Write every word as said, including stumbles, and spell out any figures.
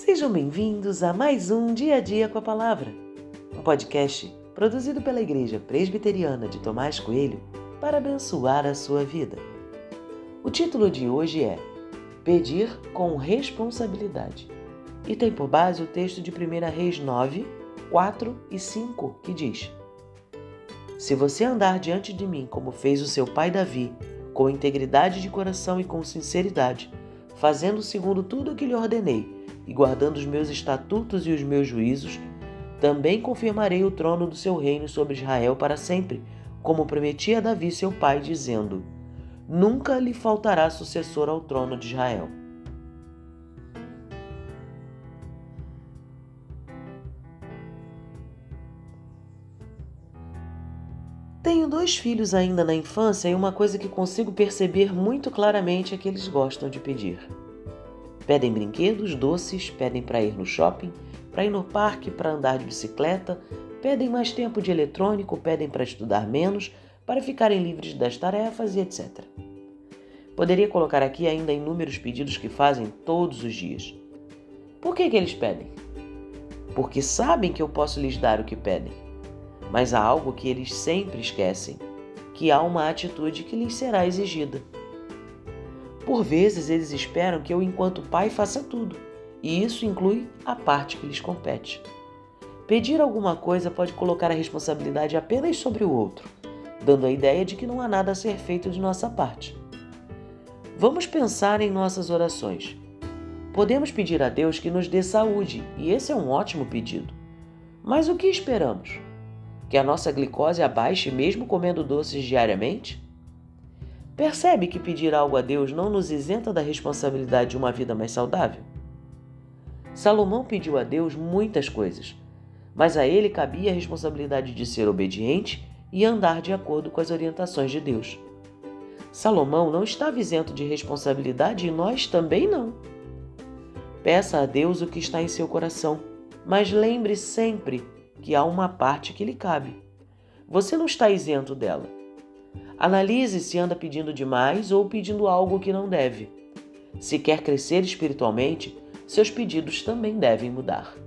Sejam bem-vindos a mais um Dia a Dia com a Palavra, um podcast produzido pela Igreja Presbiteriana de Tomás Coelho para abençoar a sua vida. O título de hoje é Pedir com Responsabilidade e tem por base o texto de primeira Reis nove, quatro e cinco, que diz: Se você andar diante de mim como fez o seu pai Davi, com integridade de coração e com sinceridade, fazendo segundo tudo o que lhe ordenei, e guardando os meus estatutos e os meus juízos, também confirmarei o trono do seu reino sobre Israel para sempre, como prometi a Davi seu pai, dizendo: Nunca lhe faltará sucessor ao trono de Israel. Tenho dois filhos ainda na infância e uma coisa que consigo perceber muito claramente é que eles gostam de pedir. Pedem brinquedos, doces, pedem para ir no shopping, para ir no parque, para andar de bicicleta, pedem mais tempo de eletrônico, pedem para estudar menos, para ficarem livres das tarefas e etcétera. Poderia colocar aqui ainda inúmeros pedidos que fazem todos os dias. Por que que eles pedem? Porque sabem que eu posso lhes dar o que pedem. Mas há algo que eles sempre esquecem, que há uma atitude que lhes será exigida. Por vezes eles esperam que eu, enquanto pai, faça tudo, e isso inclui a parte que lhes compete. Pedir alguma coisa pode colocar a responsabilidade apenas sobre o outro, dando a ideia de que não há nada a ser feito de nossa parte. Vamos pensar em nossas orações. Podemos pedir a Deus que nos dê saúde, e esse é um ótimo pedido. Mas o que esperamos? Que a nossa glicose abaixe mesmo comendo doces diariamente? Percebe que pedir algo a Deus não nos isenta da responsabilidade de uma vida mais saudável? Salomão pediu a Deus muitas coisas, mas a ele cabia a responsabilidade de ser obediente e andar de acordo com as orientações de Deus. Salomão não estava isento de responsabilidade e nós também não. Peça a Deus o que está em seu coração, mas lembre sempre que há uma parte que lhe cabe. Você não está isento dela. Analise se anda pedindo demais ou pedindo algo que não deve. Se quer crescer espiritualmente, seus pedidos também devem mudar.